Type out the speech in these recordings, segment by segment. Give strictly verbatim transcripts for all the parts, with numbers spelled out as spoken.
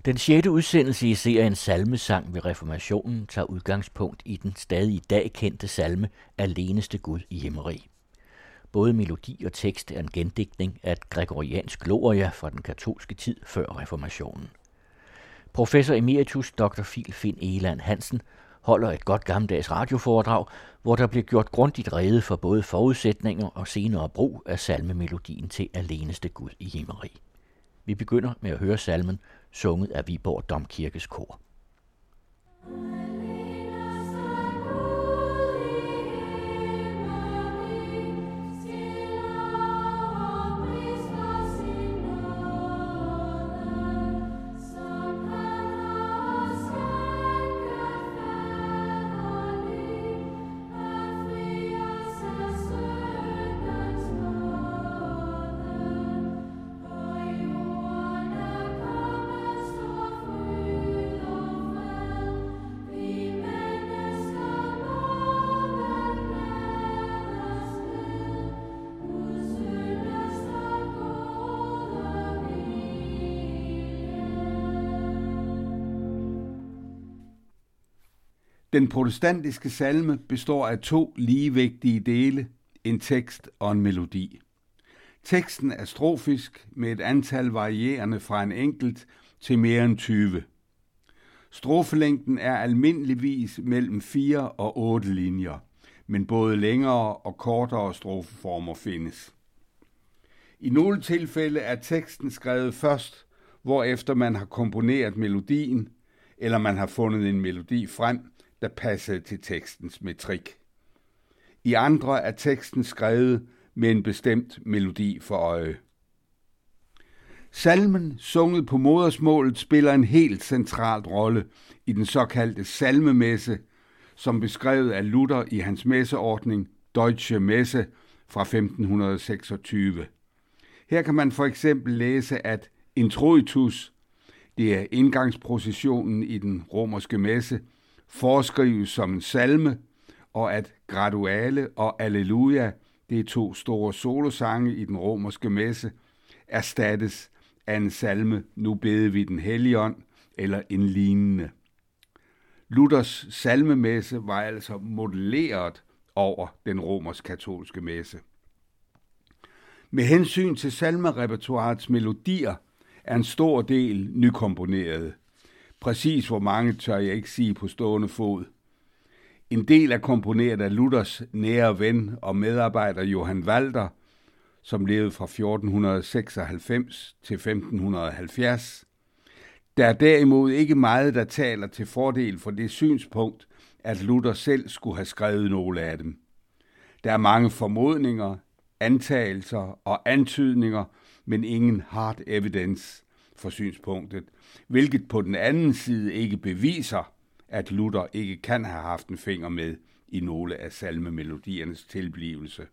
Den sjette udsendelse i serien Salmesang ved Reformationen tager udgangspunkt i den stadig i dag kendte salme Aleneste Gud i himmeriget. Både melodi og tekst er en gendigtning af et gregoriansk gloria fra den katolske tid før reformationen. Professor emeritus doktor Phil Finn Egeland Hansen holder et godt gammeldags radioforedrag, hvor der bliver gjort grundigt rede for både forudsætninger og senere brug af salmemelodien til Aleneste Gud i himmeriget. Vi begynder med at høre salmen, sunget af Viborg Domkirkes kor. Den protestantiske salme består af to ligevægtige dele, en tekst og en melodi. Teksten er strofisk med et antal varierende fra en enkelt til mere end tyve. Strofelængden er almindeligvis mellem fire og otte linjer, men både længere og kortere strofeformer findes. I nogle tilfælde er teksten skrevet først, hvorefter man har komponeret melodien, eller man har fundet en melodi frem, der passede til tekstens metrik. I andre er teksten skrevet med en bestemt melodi for øje. Salmen, sunget på modersmålet, spiller en helt central rolle i den såkaldte salmemesse, som beskrevet af Luther i hans messeordning Deutsche Messe fra femten seksogtyve. Her kan man for eksempel læse, at introitus, det er indgangsprocessionen i den romerske messe, foreskrives som en salme, og at graduale og alleluja, det er to store solosange i den romerske messe, erstattes af en salme, nu bede vi den Helligånd, eller en lignende. Luthers salmemesse var altså modelleret over den romersk-katolske messe. Med hensyn til salmerepertoirets melodier er en stor del nykomponerede. Præcis hvor mange tør jeg ikke sige på stående fod. En del er komponeret af Luthers nære ven og medarbejder Johann Walter, som levede fra fjorten seksoghalvfems til femten halvfjerds. Der er derimod ikke meget, der taler til fordel for det synspunkt, at Luther selv skulle have skrevet nogle af dem. Der er mange formodninger, antagelser og antydninger, men ingen hard evidence for synspunktet, hvilket på den anden side ikke beviser, at Luther ikke kan have haft en finger med i nogle af salmemelodiernes tilblivelse.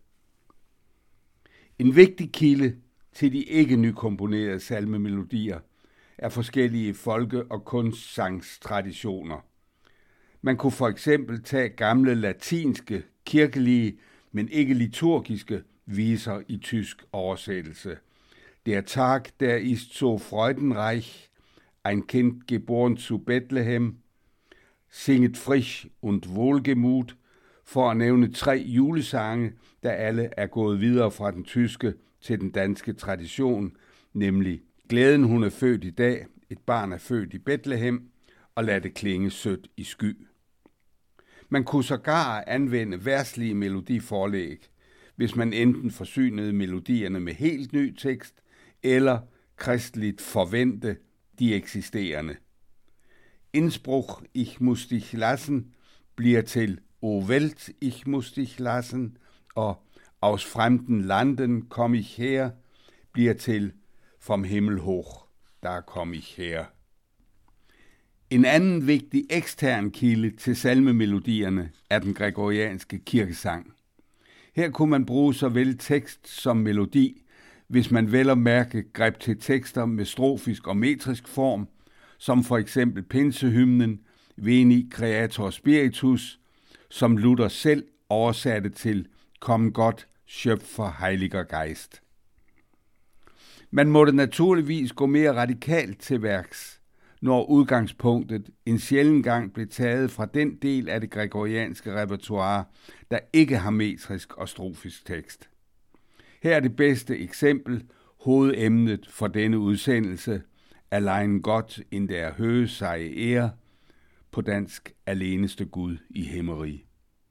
En vigtig kilde til de ikke nykomponerede salmemelodier er forskellige folke- og kunstsangstraditioner. Man kunne for eksempel tage gamle latinske, kirkelige, men ikke liturgiske viser i tysk oversættelse. Der Tag, der ist so freudenreich, ein Kind geboren zu Bethlehem, Singet frisch und wohlgemut, for at nævne tre julesange, der alle er gået videre fra den tyske til den danske tradition, nemlig Glæden hun er født i dag, et barn er født i Bethlehem, og lad det klinge sødt i sky. Man kunne sågar anvende verslige melodiforlæg, hvis man enten forsynede melodierne med helt ny tekst, eller kristligt forvente de eksisterende. Innsbruch, ich muss dich lassen, bliver til O Welt, ich muss dich lassen, og Aus fremden Landen kom ich her, bliver til Vom Himmel hoch, der kom ich her. En anden vigtig ekstern kilde til salmemelodierne er den gregorianske kirkesang. Her kunne man bruge såvel tekst som melodi, hvis man vel at mærke greb til tekster med strofisk og metrisk form, som for eksempel pinsehymnen Veni Creator Spiritus, som Luther selv oversatte til Kom Gott, Schöpfer, Heiliger Geist. Man måtte naturligvis gå mere radikalt til værks, når udgangspunktet en sjælden gang blev taget fra den del af det gregorianske repertoire, der ikke har metrisk og strofisk tekst. Her er det bedste eksempel hovedemnet for denne udsendelse, Allein Gott in der Höhe sei er, på dansk Aleneste Gud i himmeri.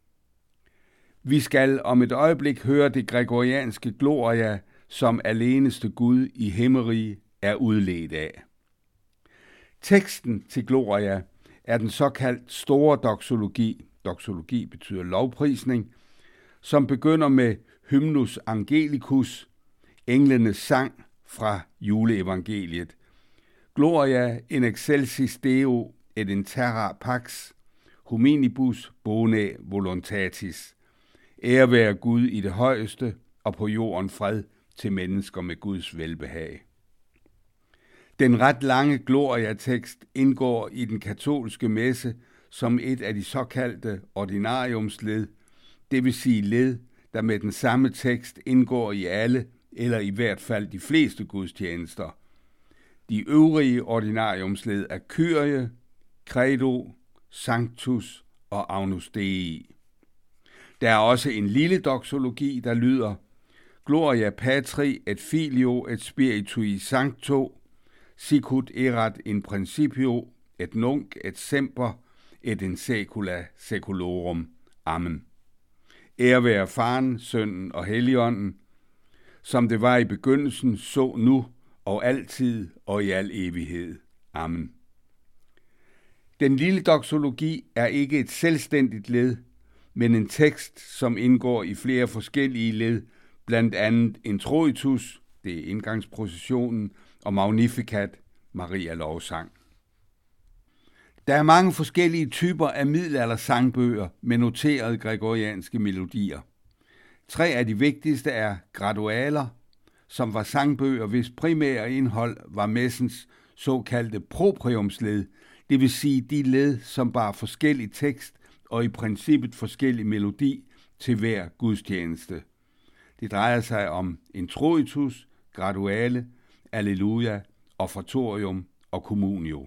Vi skal om et øjeblik høre det gregorianske Gloria, som Aleneste Gud i himmeri er udledt af. Teksten til Gloria er den såkaldt store doxologi, doxologi betyder lovprisning, som begynder med Hymnus Angelicus, englenes sang fra juleevangeliet. Gloria in excelsis Deo et in terra pax, hominibus bone voluntatis. Ære være Gud i det højeste, og på jorden fred til mennesker med Guds velbehag. Den ret lange Gloria-tekst indgår i den katolske messe som et af de såkaldte ordinariumsled, det vil sige led, der med den samme tekst indgår i alle, eller i hvert fald de fleste gudstjenester. De øvrige ordinariumsled er Kyrie, Credo, Sanctus og Agnus Dei. Der er også en lille doxologi, der lyder Gloria Patri et Filio et Spiritui Sancto, sicut erat in principio et nunc et semper et in saecula saeculorum. Amen. Ære være Faren, Sønnen og Helligånden, som det var i begyndelsen, så nu og altid og i al evighed. Amen. Den lille doxologi er ikke et selvstændigt led, men en tekst, som indgår i flere forskellige led, blandt andet Introitus, det er indgangsprocessionen, og Magnificat, Maria lovsang. Der er mange forskellige typer af middelaldersangbøger med noterede gregorianske melodier. Tre af de vigtigste er gradualer, som var sangbøger, hvis primære indhold var messens såkaldte propriumsled, det vil sige de led, som bar forskellig tekst og i princippet forskellig melodi til hver gudstjeneste. Det drejer sig om introitus, graduale, alleluja, offertorium og communio.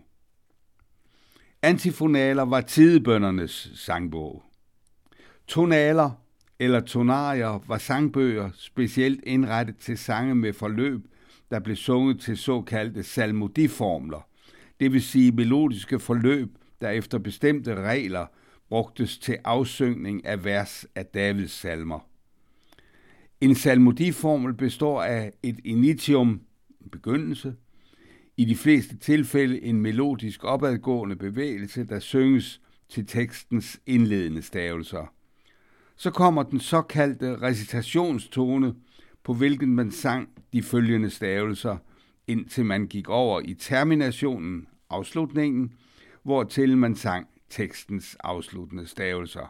Antifonaler var tidebønnernes sangbog. Tonaler eller tonarier var sangbøger specielt indrettet til sange med forløb, der blev sunget til såkaldte salmodiformler, det vil sige melodiske forløb, der efter bestemte regler brugtes til afsyngning af vers af Davids salmer. En salmodiformel består af et initium, en begyndelse, i de fleste tilfælde en melodisk opadgående bevægelse, der synges til tekstens indledende stavelser. Så kommer den såkaldte recitationstone, på hvilken man sang de følgende stavelser, indtil man gik over i terminationen, afslutningen, hvortil man sang tekstens afsluttende stavelser.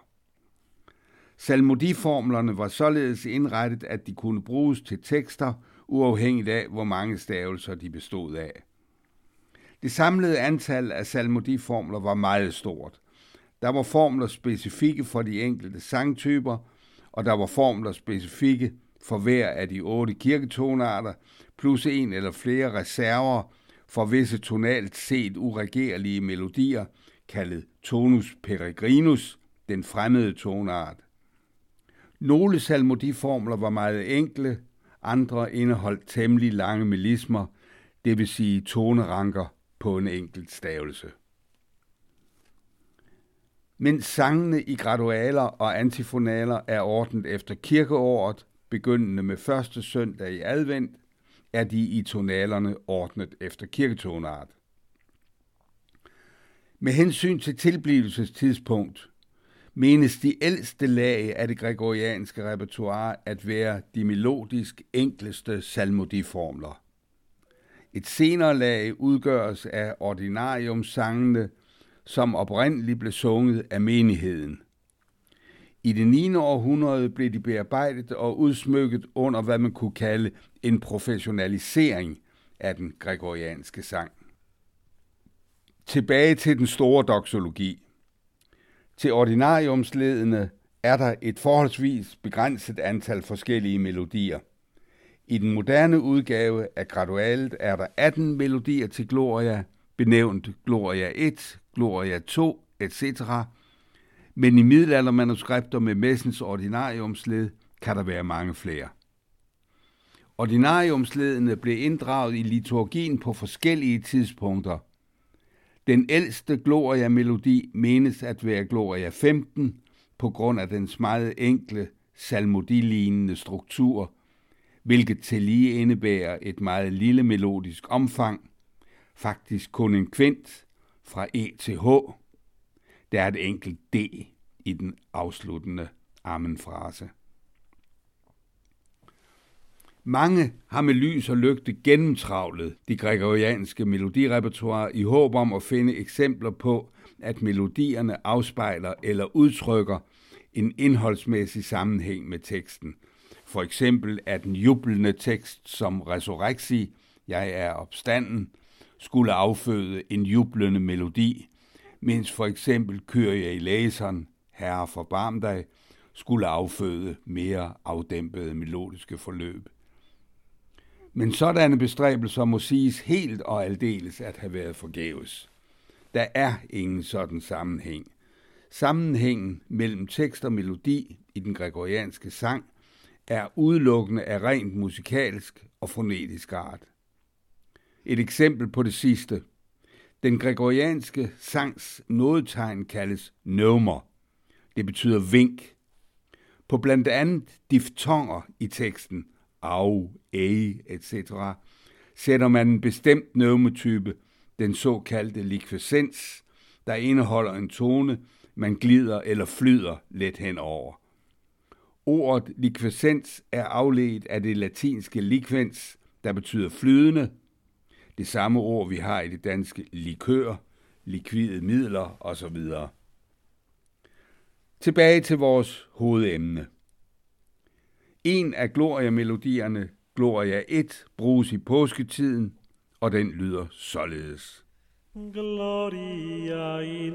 Salmodiformlerne var således indrettet, at de kunne bruges til tekster, uafhængigt af, hvor mange stavelser de bestod af. Det samlede antal af salmodiformler var meget stort. Der var formler specifikke for de enkelte sangtyper, og der var formler specifikke for hver af de otte kirketonarter, plus en eller flere reserver for visse tonalt set uregerlige melodier, kaldet tonus peregrinus, den fremmede tonart. Nogle salmodiformler var meget enkle, andre indeholdt temmelig lange melismer, det vil sige toneranker på en enkelt stavelse. Mens sangene i gradualer og antifonaler er ordnet efter kirkeåret, begyndende med første søndag i advent, er de i tonalerne ordnet efter kirketonart. Med hensyn til tilblivelsestidspunkt menes de ældste lag af det gregorianske repertoire at være de melodisk enkleste salmodiformler. Et senere lag udgøres af ordinariumssangene, som oprindeligt blev sunget af menigheden. I det niende århundrede blev de bearbejdet og udsmykket under, hvad man kunne kalde en professionalisering af den gregorianske sang. Tilbage til den store doxologi. Til ordinariumsledene er der et forholdsvis begrænset antal forskellige melodier. I den moderne udgave af gradualet er der atten melodier til Gloria, benævnt Gloria et, Gloria to, et cetera. Men i middelaldermanuskripter med messens ordinariumsled kan der være mange flere. Ordinariumsledene blev inddraget i liturgien på forskellige tidspunkter. Den ældste Gloria-melodi menes at være Gloria femten på grund af dens meget enkle salmodilignende struktur, hvilket tillige indebærer et meget lille melodisk omfang, faktisk kun en kvint fra E til H. Der er et enkelt D i den afsluttende amenfrase. Mange har med lys og lygte gennemtravlet de gregorianske melodirepertoire i håb om at finde eksempler på, at melodierne afspejler eller udtrykker en indholdsmæssig sammenhæng med teksten. For eksempel at den jublende tekst som resurrexi, jeg er opstanden, skulle afføde en jublende melodi, mens for eksempel Kyrie eleison, Herre forbarm dig, skulle afføde mere afdæmpede melodiske forløb. Men sådanne bestræbelser må siges helt og aldeles at have været forgæves. Der er ingen sådan sammenhæng. Sammenhængen mellem tekst og melodi i den gregorianske sang er udelukkende af rent musikalsk og fonetisk art. Et eksempel på det sidste. Den gregorianske sangs nådetegn kaldes neumer. Det betyder vink. På blandt andet diftonger i teksten, au, æ, et cetera, sætter man en bestemt neumetype, den såkaldte liquescens, der indeholder en tone, man glider eller flyder let henover. Ordet liquescens er afledt af det latinske liquens, der betyder flydende, det samme ord vi har i det danske likør, likvide midler osv. Tilbage til vores hovedemne. En af Gloria-melodierne, Gloria et, bruges i påsketiden, og den lyder således. Gloria in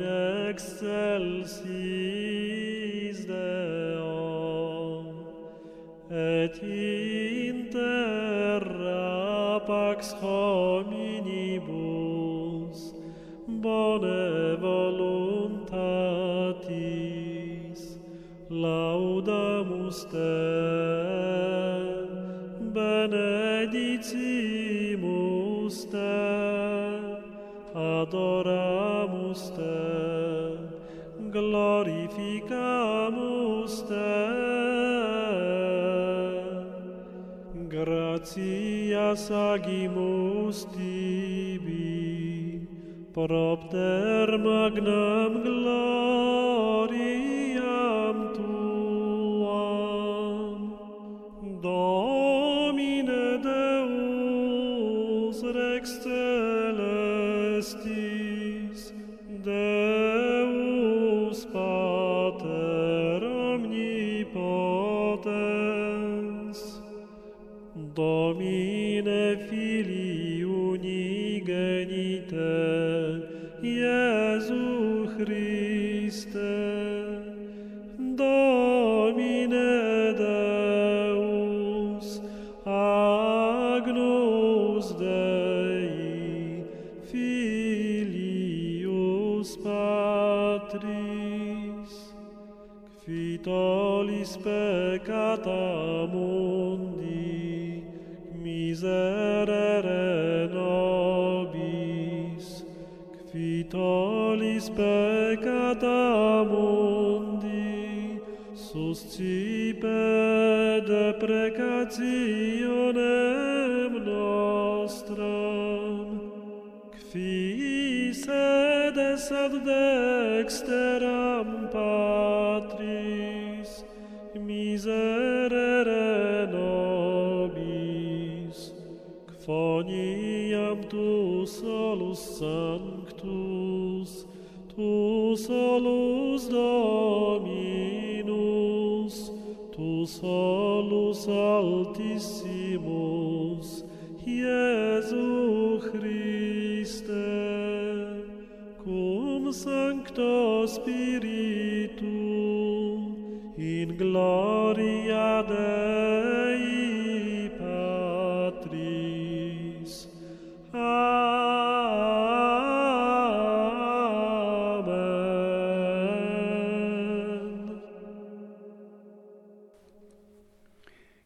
excelsis Deo, et in terra pax hominibus, bone voluntatis, laudamus te, benedicimus te, adoramus te, glorificamus te, gratias agimus tibi, propter magnam gloriam tuam, Domine Deus rex celestis, Deus Pater omnipotens, Domine Filii unigenite, Iesu Christe, Domine Deus, Agnus Dei, Filius Patris, qui tollis peccata mundi, miserere nobis, qui tollis peccata mundi, suscipe deprecationem nostram, qui sedes ad dexteram Patris, miserere nobis, quoniam tu solus sanctus, tu solus Dominus, tu solus altissimus, Iesu Christe, cum Sancto Spiritu, in gloria Dei Patris. Amen.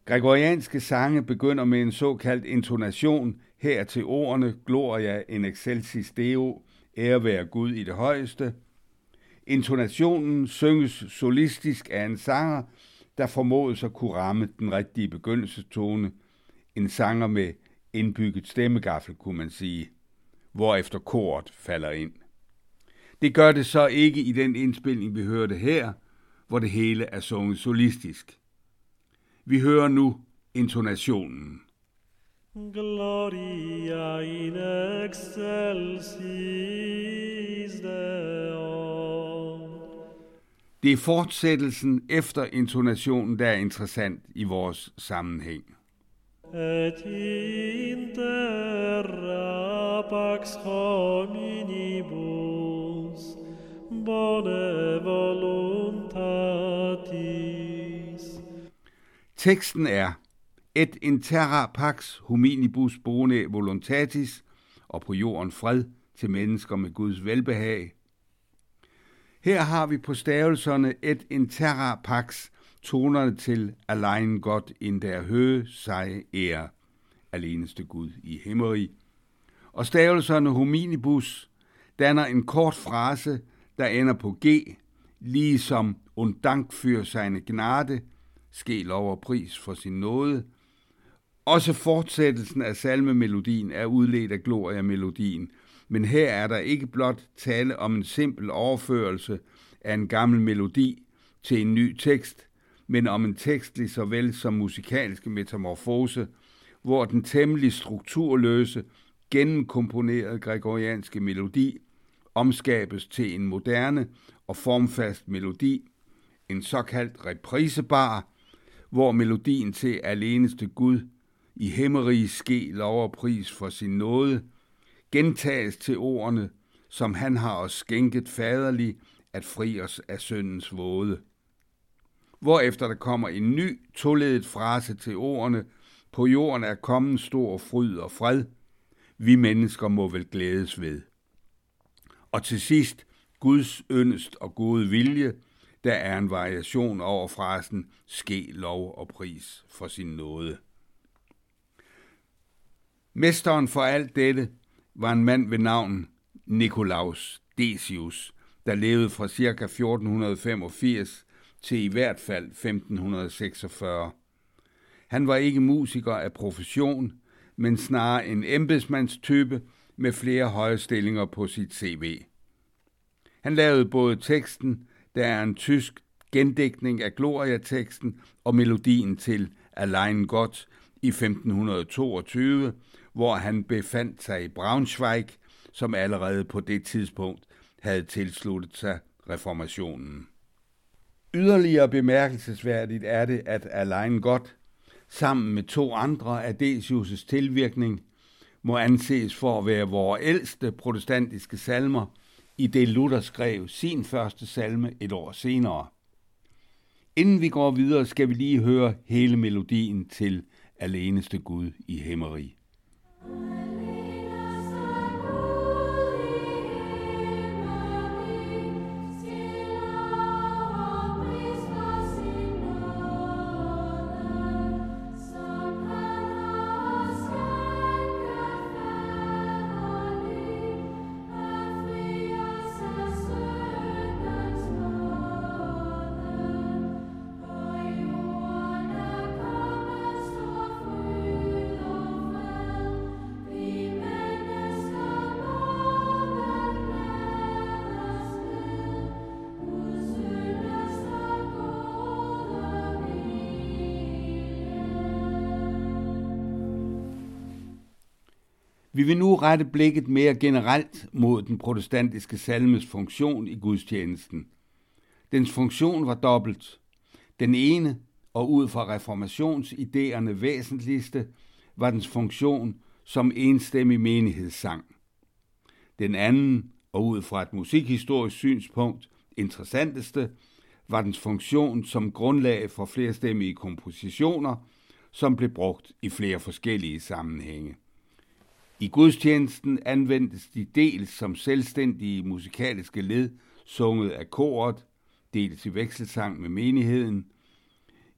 Gregorianske sange begynder med en såkaldt intonation her til ordene Gloria in excelsis Deo, ære være Gud i det højeste. Intonationen synges solistisk af en sanger, der formodes at kunne ramme den rigtige begyndelsestone. En sanger med indbygget stemmegaffel, kunne man sige, hvorefter koret falder ind. Det gør det så ikke i den indspilning, vi hørte her, hvor det hele er sunget solistisk. Vi hører nu intonationen. Gloria in excelsis Deo. Det er fortsættelsen efter intonationen, der er interessant i vores sammenhæng. Et in terra pax hominibus bone voluntatis. Teksten er et in terra pax hominibus bone voluntatis, og på jorden fred til mennesker med Guds velbehag. Her har vi på stavelserne et in terra pax tonerne til allein Gott in der Höhe sei er, aleneste Gud i himmeri. Og stavelserne hominibus danner en kort frase, der ender på G, ligesom und Dank für seine Gnade, ske lov og pris for sin nåde. Også fortsættelsen af salmemelodien er udledt af Gloria-melodien, men her er der ikke blot tale om en simpel overførelse af en gammel melodi til en ny tekst, men om en tekstlig såvel som musikalske metamorfose, hvor den temmelig strukturløse, gennemkomponerede gregorianske melodi omskabes til en moderne og formfast melodi, en såkaldt reprisebar, hvor melodien til aleneste Gud i himmerige ske lov og pris for sin nåde, gentages til ordene, som han har os skænket faderlig at fri os af syndens våde. Hvorefter der kommer en ny toledet frase til ordene, på jorden er kommet stor fryd og fred, vi mennesker må vel glædes ved. Og til sidst, Guds yndest og gode vilje, der er en variation over frasen, ske lov og pris for sin nåde. Mesteren for alt dette var en mand ved navn Nicolaus Decius, der levede fra ca. fjorten femogfirs til i hvert fald femten seksogfyrre. Han var ikke musiker af profession, men snarere en embedsmandstype med flere høje stillinger på sit C V. Han lavede både teksten, der er en tysk gendigtning af Gloria-teksten, og melodien til Allein Gott i femten toogtyve, hvor han befandt sig i Braunschweig, som allerede på det tidspunkt havde tilsluttet sig reformationen. Yderligere bemærkelsesværdigt er det, at Allein Gott, sammen med to andre af Decius' tilvirkning, må anses for at være vores ældste protestantiske salmer, i det Luther skrev sin første salme et år senere. Inden vi går videre, skal vi lige høre hele melodien til Aleneste Gud i himmeri. Vi vil nu rette blikket mere generelt mod den protestantiske salmes funktion i gudstjenesten. Dens funktion var dobbelt. Den ene, og ud fra reformationsidéerne væsentligste, var dens funktion som enstemmig menighedssang. Den anden, og ud fra et musikhistorisk synspunkt interessanteste, var dens funktion som grundlag for flerstemmige kompositioner, som blev brugt i flere forskellige sammenhænge. I gudstjenesten anvendtes de dels som selvstændige musikalske led, sunget af koret, dels i vekselsang med menigheden.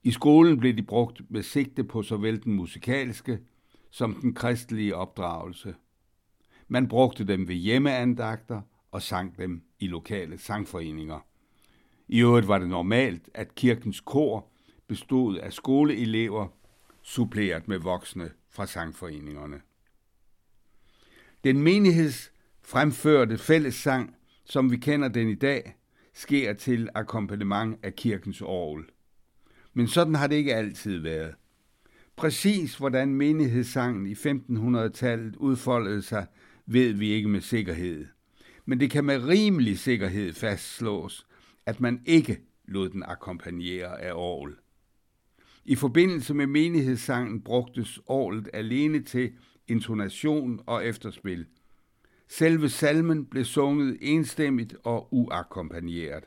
I skolen blev de brugt med sigte på såvel den musikalske som den kristelige opdragelse. Man brugte dem ved hjemmeandagter og sang dem i lokale sangforeninger. I øvrigt var det normalt, at kirkens kor bestod af skoleelever, suppleret med voksne fra sangforeningerne. Den menigheds fremførte fællessang, som vi kender den i dag, sker til akkompagnement af kirkens orgel. Men sådan har det ikke altid været. Præcis hvordan menighedssangen i femtenhundredetallet udfoldede sig, ved vi ikke med sikkerhed. Men det kan med rimelig sikkerhed fastslås, at man ikke lod den akkompagnere af orgel. I forbindelse med menighedssangen brugtes orglet alene til intonation og efterspil. Selve salmen blev sunget enstemmigt og uakkompagneret.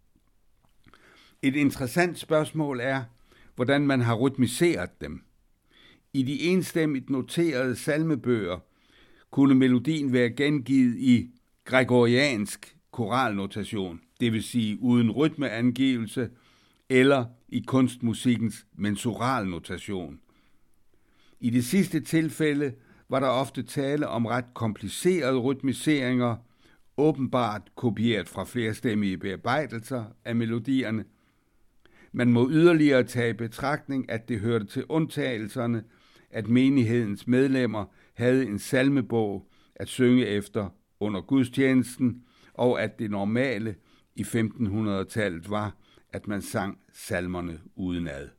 Et interessant spørgsmål er, hvordan man har rytmiseret dem. I de enstemmigt noterede salmebøger kunne melodien være gengivet i gregoriansk koralnotation, det vil sige uden rytmeangivelse, eller i kunstmusikkens mensuralnotation. I det sidste tilfælde var der ofte tale om ret komplicerede rytmiseringer, åbenbart kopieret fra flerstemmige bearbejdelser af melodierne. Man må yderligere tage i betragtning, at det hørte til undtagelserne, at menighedens medlemmer havde en salmebog at synge efter under gudstjenesten, og at det normale i femtenhundredetallet var, at man sang salmerne udenad.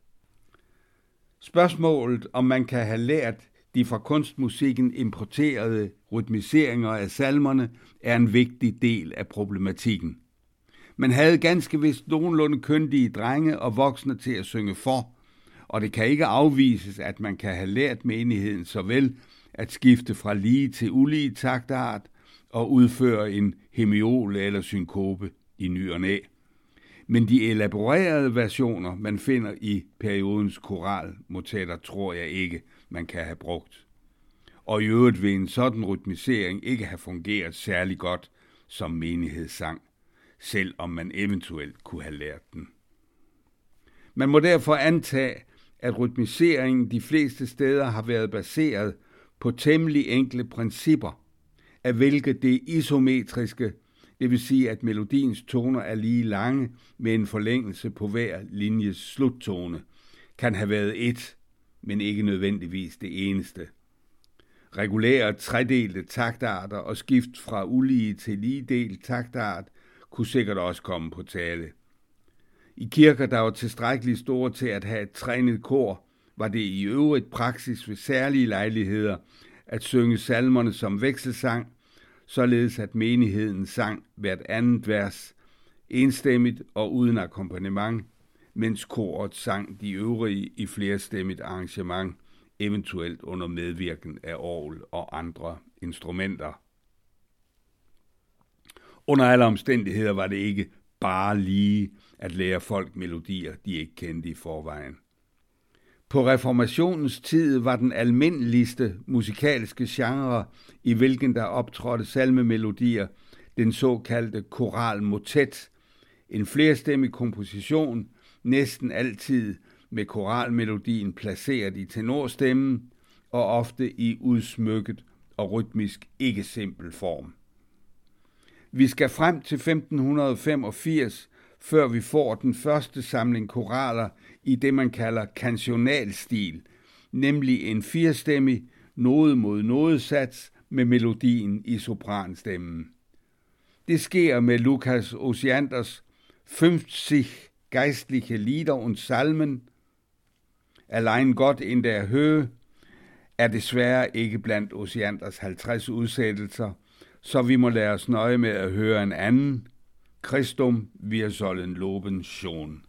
Spørgsmålet, om man kan have lært de fra kunstmusikken importerede rytmiseringer af salmerne, er en vigtig del af problematikken. Man havde ganske vist nogenlunde kyndige drenge og voksne til at synge for, og det kan ikke afvises, at man kan have lært menigheden såvel at skifte fra lige til ulige taktart og udføre en hemiol eller synkope i ny og næ. Men de elaborerede versioner, man finder i periodens koralmotetter, tror jeg ikke, man kan have brugt. Og i øvrigt vil en sådan rytmisering ikke have fungeret særlig godt som menighedssang, selv om man eventuelt kunne have lært den. Man må derfor antage, at rytmiseringen de fleste steder har været baseret på temmelig enkle principper, af hvilke det isometriske, det vil sige, at melodiens toner er lige lange med en forlængelse på hver linjes sluttone, kan have været et, men ikke nødvendigvis det eneste. Regulære tredelte taktarter og skift fra ulige til ligedelt taktart kunne sikkert også komme på tale. I kirker, der var tilstrækkeligt store til at have et trænet kor, var det i øvrigt praksis ved særlige lejligheder at synge salmerne som vekselsang, således at menigheden sang hvert andet vers enstemmigt og uden akkompagnement, mens koret sang de øvrige i flerstemmigt arrangement, eventuelt under medvirken af orgel og andre instrumenter. Under alle omstændigheder var det ikke bare lige at lære folk melodier, de ikke kendte i forvejen. På reformationens tid var den almindeligste musikalske genre, i hvilken der optrådte salmemelodier, den såkaldte koralmotet, en flerstemmig komposition, næsten altid med koralmelodien placeret i tenorstemmen og ofte i udsmykket og rytmisk ikke simpel form. Vi skal frem til femten femogfirs, før vi får den første samling koraler i det, man kalder kantionalstil, nemlig en firstemmig node mod node sats med melodien i sopranstemmen. Det sker med Lukas Osianders femoghalvtreds geistliche Lieder und Salmen. Allein Gott in der Höhe er desværre ikke blandt Osianders halvtreds udsættelser, så vi må lade os nøje med at høre en anden, Christum, wir sollen loben schon.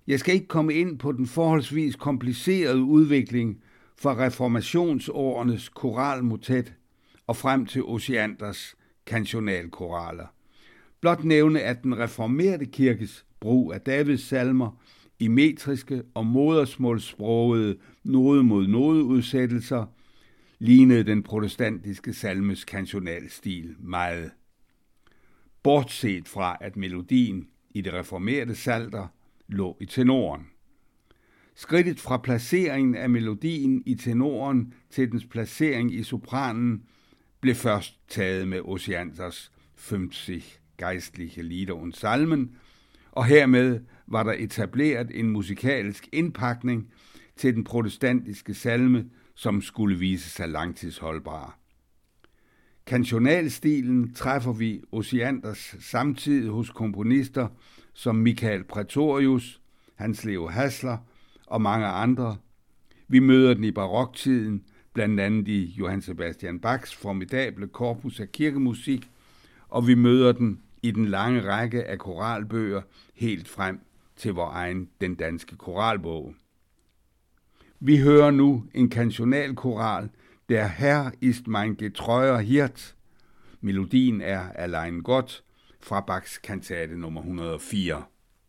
Jeg skal ikke komme ind på den forholdsvis komplicerede udvikling fra reformationsårenes koralmotet og frem til Osianders kantionalkoraler. Blot nævne, at den reformerte kirkes brug af Davids salmer i metriske og modersmålssprogede node mod node udsættelser lignede den protestantiske salmes kantionalstil meget. Bortset fra, at melodien i det reformerte salter lå i tenoren. Skridtet fra placeringen af melodien i tenoren til dens placering i sopranen blev først taget med Osianders femoghalvtreds geistliche Lieder und Salmen, og hermed var der etableret en musikalsk indpakning til den protestantiske salme, som skulle vise sig langtidsholdbar. Kantionalstilen træffer vi Osianders samtidig hos komponister som Michael Praetorius, Hans Leo Hassler og mange andre. Vi møder den i baroktiden, blandt andet i Johann Sebastian Bachs formidable korpus af kirkemusik, og vi møder den i den lange række af koralbøger helt frem til vor egen Den Danske Koralbog. Vi hører nu en kantionalkoral, Der Herr ist mein getreuer Hirt. Melodien er Allein Gott fra Bachs kantate nummer et hundrede og fire.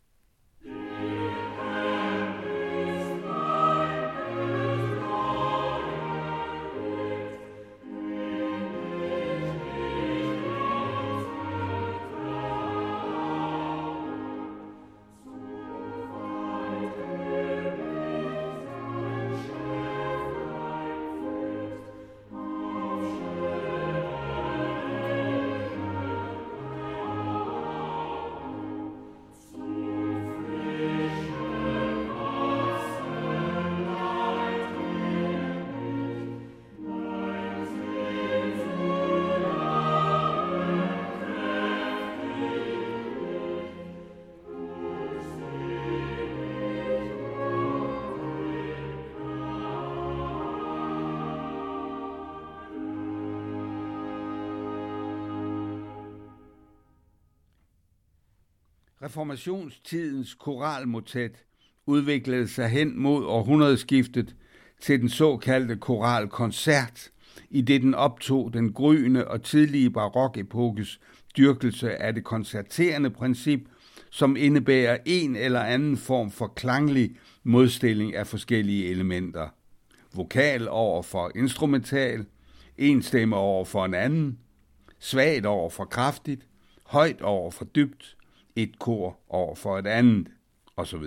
Reformationstidens koralmotet udviklede sig hen mod århundredeskiftet til den såkaldte koralkoncert, i det den optog den gryende og tidlige barokepokes dyrkelse af det koncerterende princip, som indebærer en eller anden form for klanglig modstilling af forskellige elementer. Vokal over for instrumental, en stemme over for en anden, svagt over for kraftigt, højt over for dybt, et kor over for et andet, osv.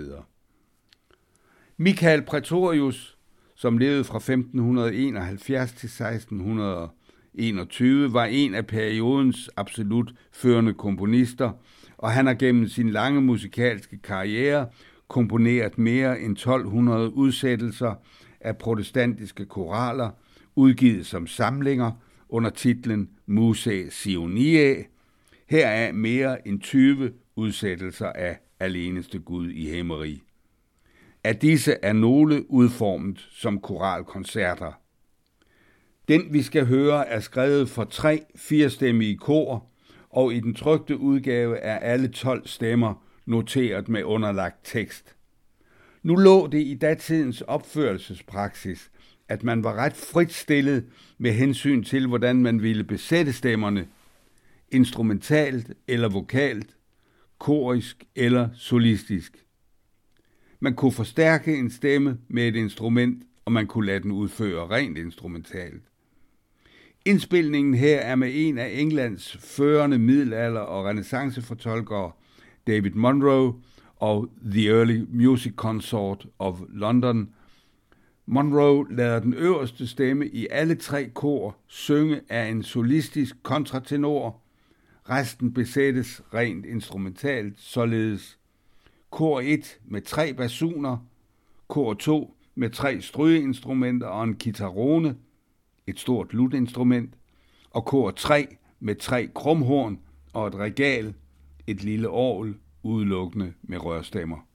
Michael Praetorius, som levede fra femten enoghalvfjerds til seksten enogtyve, var en af periodens absolut førende komponister, og han har gennem sin lange musikalske karriere komponeret mere end tolv hundrede udsættelser af protestantiske koraler, udgivet som samlinger under titlen Musae Sioniae, heraf mere end tyve udsættelser af Aleneste Gud i Himmeri. Af disse er nogle udformet som koralkoncerter. Den, vi skal høre, er skrevet for tre firestemmige kor, og i den trykte udgave er alle tolv stemmer noteret med underlagt tekst. Nu lå det i datidens opførelsespraksis, at man var ret frit stillet med hensyn til, hvordan man ville besætte stemmerne, instrumentalt eller vokalt, korisk eller solistisk. Man kunne forstærke en stemme med et instrument, og man kunne lade den udføre rent instrumentalt. Indspilningen her er med en af Englands førende middelalder- og renæssancefortolkere, David Munro, og The Early Music Consort of London. Munro lader den øverste stemme i alle tre kor synge af en solistisk kontratenor. Resten besættes rent instrumentalt, således kor et med tre basuner, kor to med tre strygeinstrumenter og en kitarone, et stort lutinstrument, og kor tre med tre krumhorn og et regal, et lille orgel, udelukkende med rørstemmer.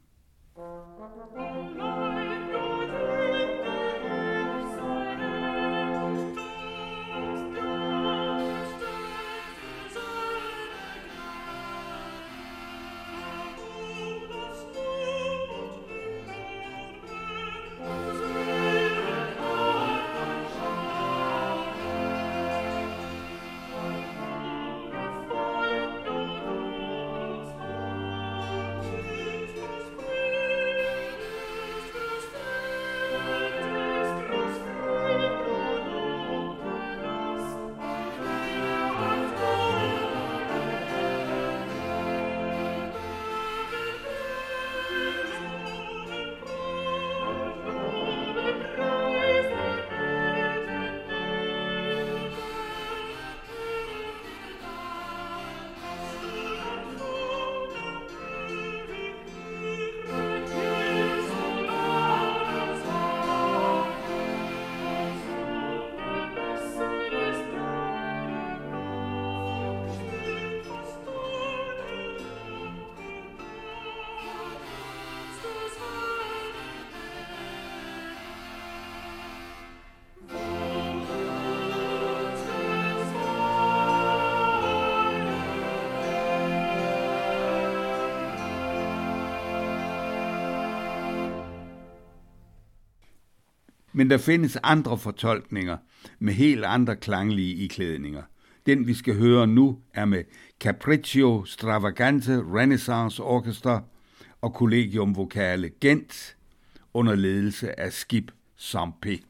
Men der findes andre fortolkninger med helt andre klanglige iklædninger. Den, vi skal høre nu, er med Capriccio Stravagante Renaissance Orchestra og Collegium Vocale Gent under ledelse af Skip Sampé.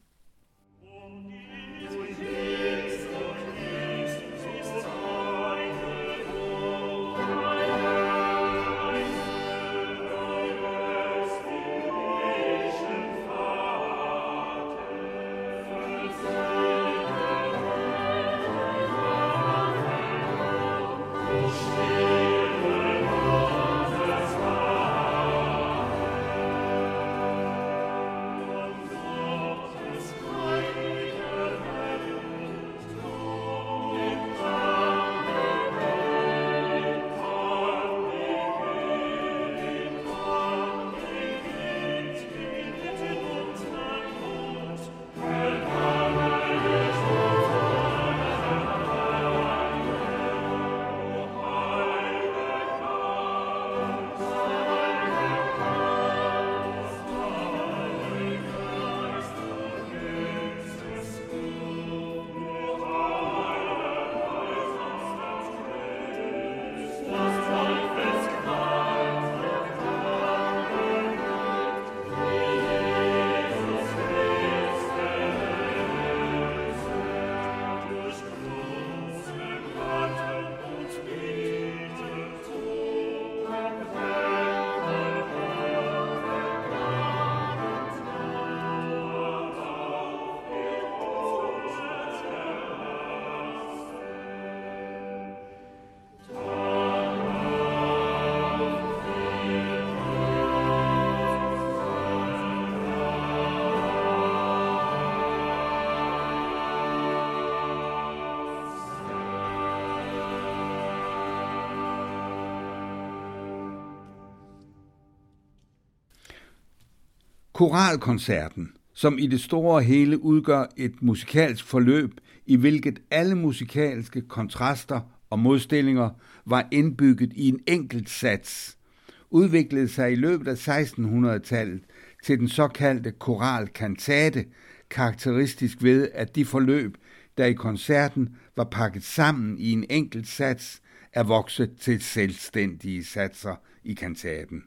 Koralkoncerten, som i det store hele udgør et musikalsk forløb, i hvilket alle musikalske kontraster og modstillinger var indbygget i en enkelt sats, udviklede sig i løbet af sekstenhundredetallet til den såkaldte koralkantate, karakteristisk ved, at de forløb, der i koncerten var pakket sammen i en enkelt sats, er vokset til selvstændige satser i kantaten.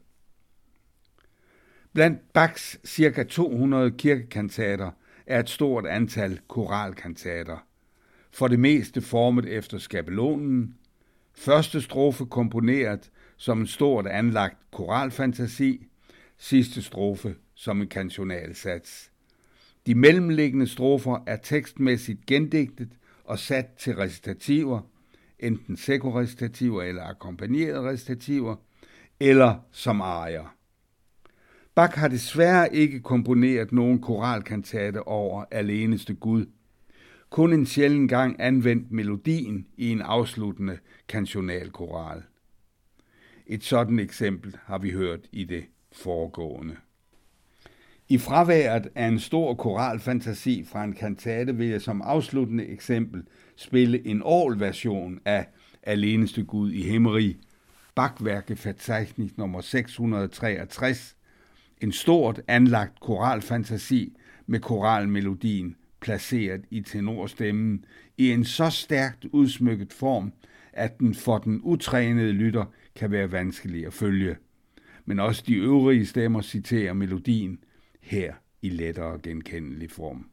Blandt Bachs ca. to hundrede kirkekantater er et stort antal koralkantater, for det meste formet efter skabelonen, første strofe komponeret som en stort anlagt koralfantasi, sidste strofe som en kantionalsats. De mellemliggende strofer er tekstmæssigt gendigtet og sat til recitativer, enten sekorecitativer eller akkompagnerede recitativer, eller som arier. Bach har desværre ikke komponeret nogen koralkantate over Aleneste Gud. Kun en sjælden gang anvendt melodien i en afsluttende kantionalkoral. Et sådan eksempel har vi hørt i det foregående. I fraværet af en stor koralfantasi fra en kantate vil jeg som afsluttende eksempel spille en orgelversion af Aleneste Gud i Himmerige, Bachværket Verzeichnis nummer seks hundrede treogtres, en stort anlagt koralfantasi med koralmelodien placeret i tenorstemmen i en så stærkt udsmykket form, at den for den utrænede lytter kan være vanskelig at følge. Men også de øvrige stemmer citerer melodien her i lettere genkendelig form.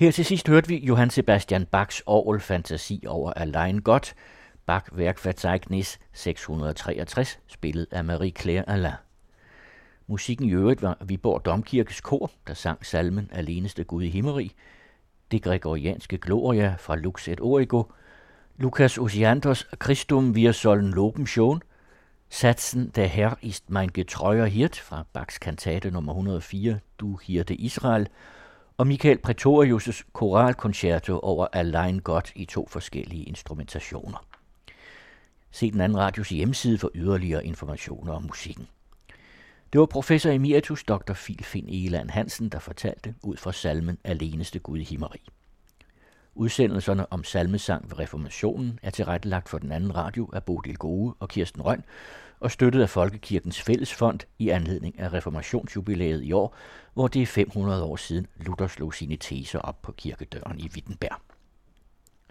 Her til sidst hørte vi Johann Sebastian Bachs orgelfantasi over Allein Gott, Bach Werkverzeichnis seks hundrede treogtres, spillet af Marie-Claire Alain. Musikken i øvrigt var Viborg Domkirkes kor, der sang salmen Aleneste Gud i himmerig, det gregorianske Gloria fra Lux et Origo, Lucas Osiantos Christum wir sollen loben schon, satsen Der Herr ist mein getreuer Hirt fra Bachs kantate nummer et hundrede og fire, Du Hirte Israel, og Michael Pretorius' koralkoncerto over Allein Gott i to forskellige instrumentationer. Se den anden radios hjemmeside for yderligere informationer om musikken. Det var professor emeritus doktor Filfinn Egeland Hansen, der fortalte ud fra salmen Aleneste Gud i himmerig. Udsendelserne om salmesang ved reformationen er tilrettelagt for den anden radio af Bodil Gode og Kirsten Røn og støttet af Folkekirkens Fællesfond i anledning af reformationsjubilæet i år, hvor det er fem hundrede år siden Luther slog sine teser op på kirkedøren i Wittenberg.